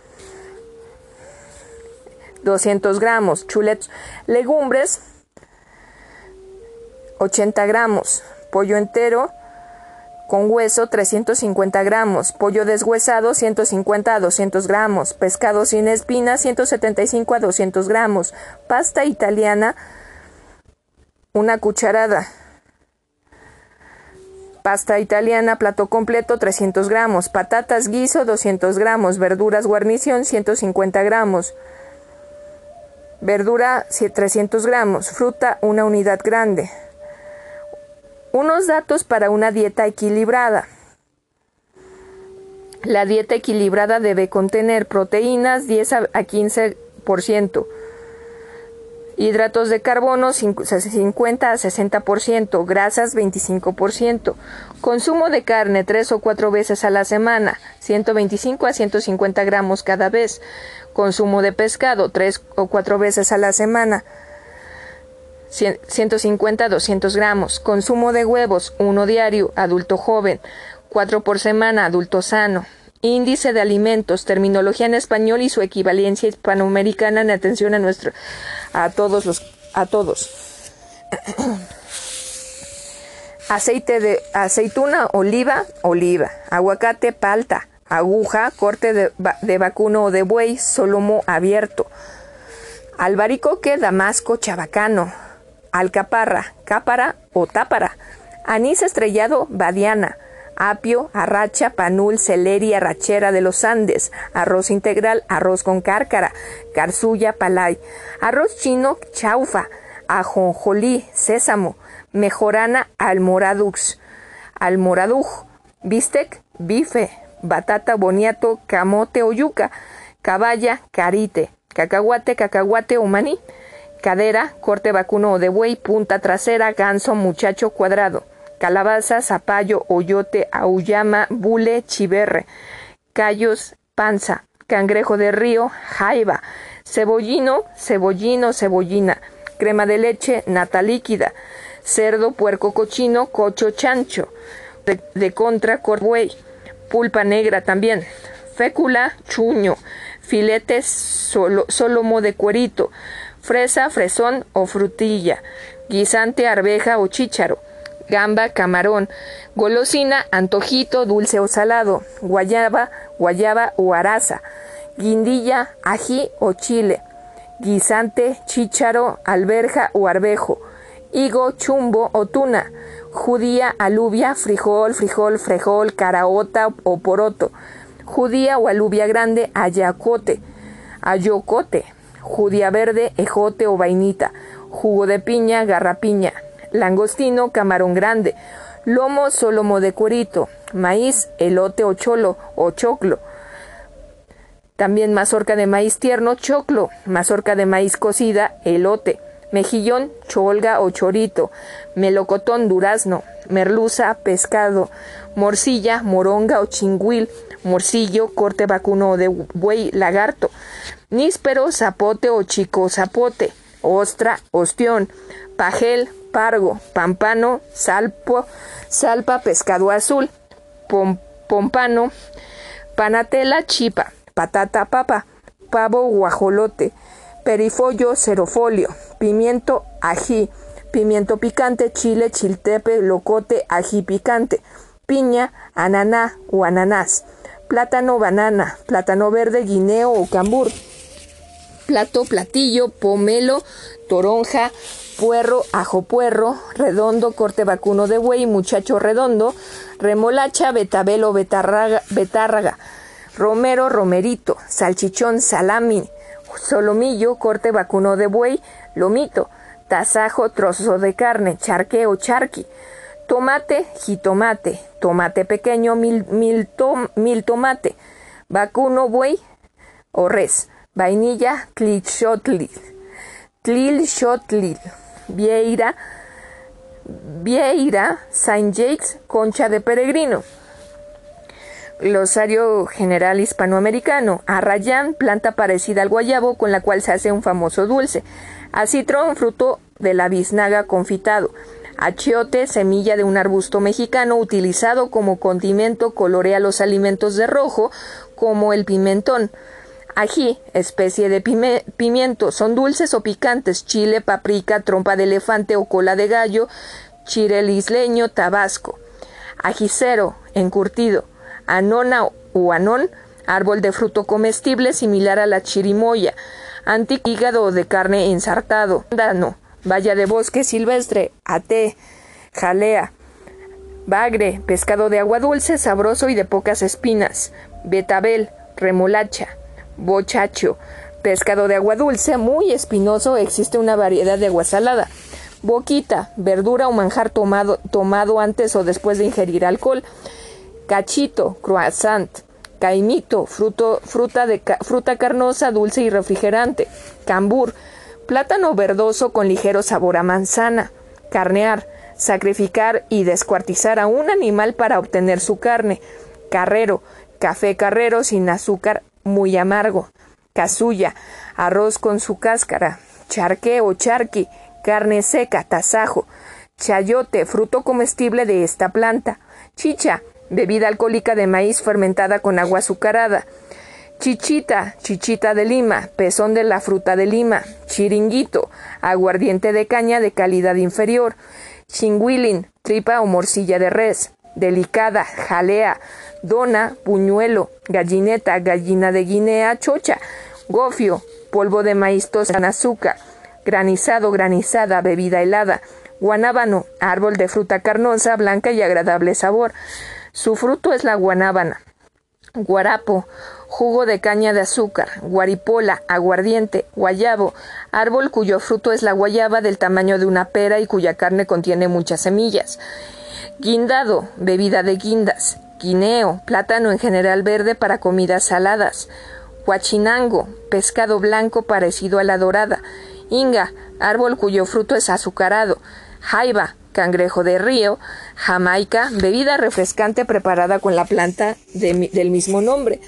doscientos gramos; chuletas; legumbres, ochenta gramos; pollo entero con hueso, trescientos cincuenta gramos; pollo deshuesado, ciento cincuenta a doscientos gramos; pescado sin espinas, ciento setenta y cinco a doscientos gramos; pasta italiana, una cucharada; pasta italiana, plato completo, trescientos gramos; patatas guiso, doscientos gramos; verduras guarnición, ciento cincuenta gramos; verdura, trescientos gramos; fruta, una unidad grande. Unos datos para una dieta equilibrada. La dieta equilibrada debe contener proteínas diez a quince por ciento, hidratos de carbono cincuenta a sesenta por ciento, grasas veinticinco por ciento, consumo de carne tres o cuatro veces a la semana, ciento veinticinco a ciento cincuenta gramos cada vez, consumo de pescado tres o cuatro veces a la semana, ciento cincuenta a doscientos gramos, consumo de huevos, uno diario, adulto joven, cuatro por semana, adulto sano. Índice de alimentos, terminología en español y su equivalencia hispanoamericana en atención a nuestro, a todos los, a todos. Aceite de aceituna, oliva, oliva, aguacate, palta, aguja, corte de, de vacuno o de buey, solomo abierto, albaricoque, damasco, chabacano, alcaparra, cápara o tápara, anís estrellado, badiana, apio, arracha, panul, celeri, arrachera de los Andes, arroz integral, arroz con cárcara, carzulla, palay, arroz chino, chaufa, ajonjolí, sésamo, mejorana, almoradux, almoraduj, bistec, bife, batata, boniato, camote o yuca, caballa, carite, cacahuate, cacahuate o maní, cadera, corte vacuno o de buey, punta trasera, ganso, muchacho, cuadrado, calabaza, zapallo, oyote, auyama, bule, chiverre, callos, panza, cangrejo de río, jaiba, cebollino, cebollino, cebollina, crema de leche, nata líquida, cerdo, puerco, cochino, cocho, chancho, de, de contra, corbuey, pulpa negra también, fécula, chuño, filetes, solo, solomo de cuerito, fresa, fresón o frutilla, guisante, arveja o chícharo, gamba, camarón, golosina, antojito, dulce o salado, guayaba, guayaba o araza, guindilla, ají o chile, guisante, chícharo, alberja o arvejo, higo, chumbo o tuna, judía, alubia, frijol, frijol, frejol, caraota o poroto, judía o alubia grande, ayacote, ayocote, judía verde, ejote o vainita, jugo de piña, garrapiña, langostino, camarón grande, lomo, solomo de cuerito, maíz, elote o cholo o choclo, También mazorca de maíz tierno, choclo, mazorca de maíz cocida, elote, mejillón, cholga o chorito, melocotón, durazno, merluza, pescado, morcilla, moronga o chingüil, morcillo, corte vacuno o de buey, lagarto, níspero, zapote o chico zapote, ostra, ostión, pajel, pargo, pampano, salpo, salpa, pescado azul, pom, pompano, panatela, chipa, patata, papa, pavo, guajolote, perifollo, cerofolio, pimiento, ají, pimiento picante, chile, chiltepe, locote, ají picante, piña, ananá o ananás, plátano, banana, plátano verde, guineo o cambur, plato, platillo, pomelo, toronja, puerro, ajo puerro, redondo, corte vacuno de buey, muchacho redondo, remolacha, betabel o betárraga, betárraga, romero, romerito, salchichón, salami, solomillo, corte vacuno de buey, lomito, tasajo, trozo de carne, charque o charqui, tomate, jitomate, tomate pequeño, mil, mil, tom, mil tomate, vacuno, buey o res, vainilla, tlilxotlil, tlilxotlil, vieira, vieira, Saint Jacques, concha de peregrino. Glosario general hispanoamericano. Arrayán, planta parecida al guayabo con la cual se hace un famoso dulce. Acitrón, fruto de la biznaga confitado. Achiote, semilla de un arbusto mexicano utilizado como condimento, colorea los alimentos de rojo, como el pimentón. Ají, especie de pime pimiento, son dulces o picantes. Chile, paprika, trompa de elefante o cola de gallo, chile isleño, tabasco. Ajicero, encurtido. Anona o anón, árbol de fruto comestible similar a la chirimoya. Antic, hígado de carne ensartado. Dano, valla de bosque silvestre. Ate, jalea. Bagre, pescado de agua dulce, sabroso y de pocas espinas. Betabel, remolacha. Bochacho, pescado de agua dulce, muy espinoso, existe una variedad de agua salada. Boquita, verdura o manjar tomado, tomado antes o después de ingerir alcohol. Cachito, croissant. Caimito, fruto, fruta, de, fruta carnosa, dulce y refrigerante. Cambur, plátano verdoso con ligero sabor a manzana. Carnear, sacrificar y descuartizar a un animal para obtener su carne. Carrero, café carrero sin azúcar, muy amargo. Casulla, arroz con su cáscara. Charque o charqui, carne seca, tasajo. Chayote, fruto comestible de esta planta. Chicha, bebida alcohólica de maíz fermentada con agua azucarada. Chichita, chichita de lima, pezón de la fruta de lima. Chiringuito, aguardiente de caña de calidad inferior. Chinguilin, tripa o morcilla de res. Delicada, jalea. Dona, buñuelo. Gallineta, gallina de Guinea, chocha. Gofio, polvo de maíz tostado con azúcar. Granizado, granizada, bebida helada. Guanábano, árbol de fruta carnosa, blanca y agradable sabor. Su fruto es la guanábana. Guarapo, jugo de caña de azúcar. Guaripola, aguardiente. Guayabo, árbol cuyo fruto es la guayaba del tamaño de una pera y cuya carne contiene muchas semillas. Guindado, bebida de guindas. Guineo, plátano en general verde para comidas saladas. Huachinango, pescado blanco parecido a la dorada. Inga, árbol cuyo fruto es azucarado. Jaiba, cangrejo de río. Jamaica, bebida refrescante preparada con la planta de, del mismo nombre.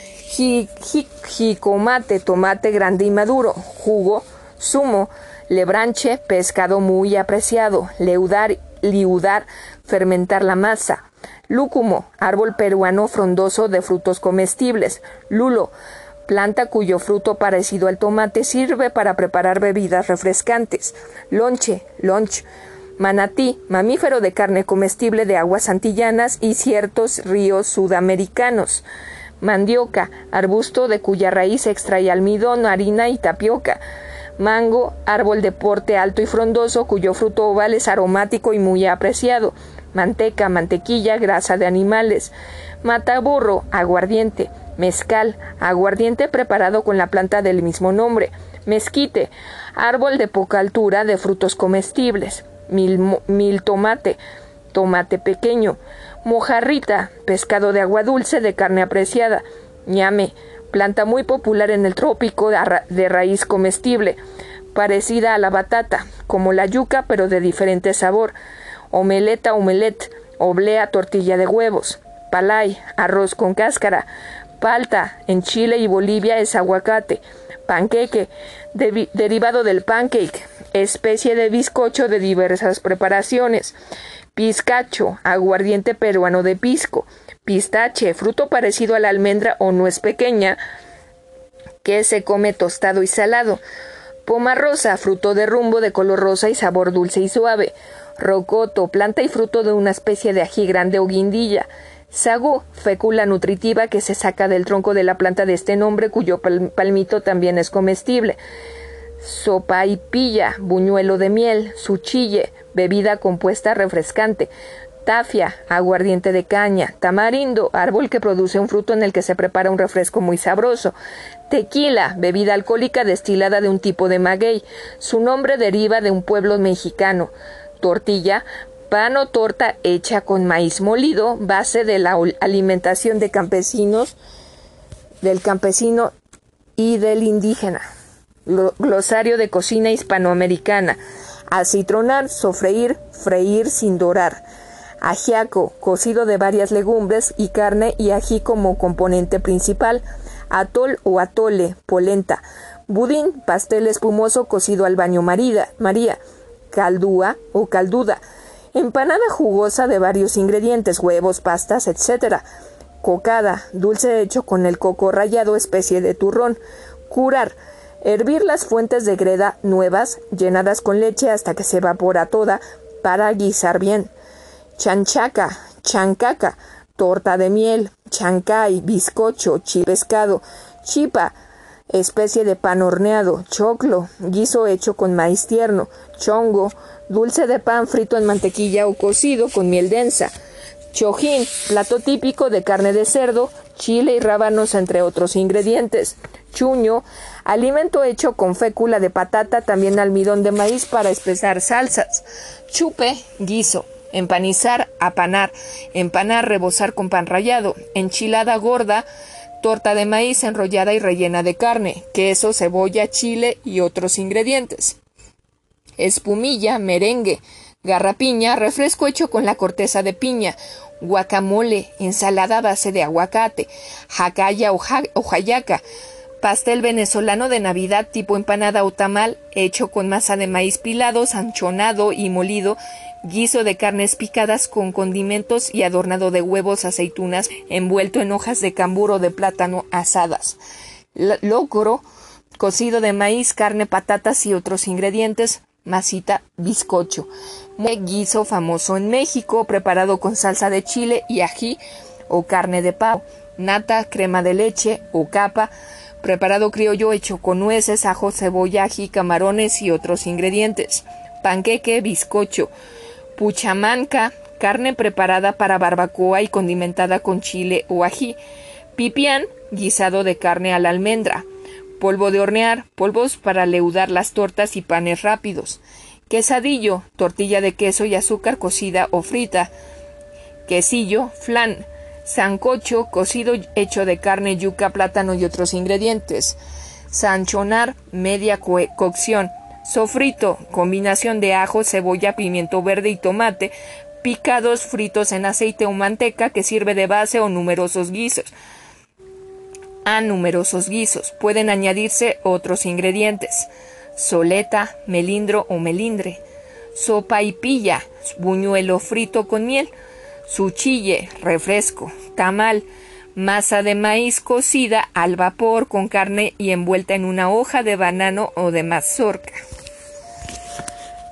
Jicomate, tomate grande y maduro. Jugo, zumo. Lebranche, pescado muy apreciado. Leudar, liudar, fermentar la masa. Lúcumo, árbol peruano frondoso de frutos comestibles. Lulo, planta cuyo fruto parecido al tomate sirve para preparar bebidas refrescantes. Lonche, lonch. Manatí, mamífero de carne comestible de aguas antillanas y ciertos ríos sudamericanos. Mandioca, arbusto de cuya raíz se extrae almidón, harina y tapioca. Mango, árbol de porte alto y frondoso cuyo fruto oval es aromático y muy apreciado. Manteca, mantequilla, grasa de animales. Mataburro, aguardiente. Mezcal, aguardiente preparado con la planta del mismo nombre. Mezquite, árbol de poca altura de frutos comestibles. Mil, mil tomate, tomate pequeño. Mojarrita, pescado de agua dulce de carne apreciada. Ñame, planta muy popular en el trópico de, ra de raíz comestible, parecida a la batata, como la yuca pero de diferente sabor. Omeleta, omelette, oblea, tortilla de huevos. Palay, arroz con cáscara. Palta, en Chile y Bolivia es aguacate. Panqueque, de derivado del pancake, especie de bizcocho de diversas preparaciones. Pizcacho, aguardiente peruano de pisco. Pistache, fruto parecido a la almendra o nuez pequeña, que se come tostado y salado. Poma rosa, fruto de rumbo de color rosa y sabor dulce y suave. Rocoto, planta y fruto de una especie de ají grande o guindilla. Sagú, fécula nutritiva que se saca del tronco de la planta de este nombre, cuyo pal palmito también es comestible. Sopaipilla, buñuelo de miel. Suchille, bebida compuesta refrescante. Tafia, aguardiente de caña. Tamarindo, árbol que produce un fruto en el que se prepara un refresco muy sabroso. Tequila, bebida alcohólica destilada de un tipo de maguey. Su nombre deriva de un pueblo mexicano. Tortilla, pan o torta hecha con maíz molido, base de la alimentación de campesinos, del campesino y del indígena. Glosario de cocina hispanoamericana. Acitronar, sofreír, freír sin dorar. Ajiaco, cocido de varias legumbres y carne y ají como componente principal. Atol o atole, polenta. Budín, pastel espumoso cocido al baño María. María. Caldúa o calduda. Empanada jugosa de varios ingredientes, huevos, pastas, etcétera. Cocada, dulce hecho con el coco rallado, especie de turrón. Curar, hervir las fuentes de greda nuevas, llenadas con leche hasta que se evapora toda, para guisar bien. Chanchaca, chancaca, torta de miel. Chancay, bizcocho, chile pescado. Chipa, especie de pan horneado. Choclo, guiso hecho con maíz tierno. Chongo, dulce de pan frito en mantequilla o cocido con miel densa. Chojín, plato típico de carne de cerdo, chile y rábanos entre otros ingredientes. Chuño, alimento hecho con fécula de patata, también almidón de maíz para espesar salsas. Chupe, guiso. Empanizar, apanar. Empanar, rebozar con pan rallado. Enchilada gorda, torta de maíz enrollada y rellena de carne, queso, cebolla, chile y otros ingredientes. Espumilla, merengue. Garrapiña, refresco hecho con la corteza de piña. Guacamole, ensalada a base de aguacate. Jacaya o, ja o jayaca, pastel venezolano de Navidad tipo empanada o tamal, hecho con masa de maíz pilado, sanchonado y molido. Guiso de carnes picadas con condimentos y adornado de huevos, aceitunas, envuelto en hojas de cambur o de plátano asadas. Locro, cocido de maíz, carne, patatas y otros ingredientes. Masita, bizcocho. Guiso famoso en México, preparado con salsa de chile y ají o carne de pavo. Nata, crema de leche o capa, preparado criollo hecho con nueces, ajo, cebolla, ají, camarones y otros ingredientes. Panqueque, bizcocho. Puchamanca, carne preparada para barbacoa y condimentada con chile o ají. Pipián, guisado de carne a la almendra. Polvo de hornear, polvos para leudar las tortas y panes rápidos. Quesadillo, tortilla de queso y azúcar cocida o frita. Quesillo, flan. Sancocho, cocido hecho de carne, yuca, plátano y otros ingredientes. Sanchonar, media co cocción. Sofrito, combinación de ajo, cebolla, pimiento verde y tomate, picados fritos en aceite o manteca que sirve de base o numerosos guisos. A numerosos guisos pueden añadirse otros ingredientes. Soleta, melindro o melindre. Sopaipilla, buñuelo frito con miel. Suchille, refresco. Tamal, masa de maíz cocida al vapor con carne y envuelta en una hoja de banano o de mazorca.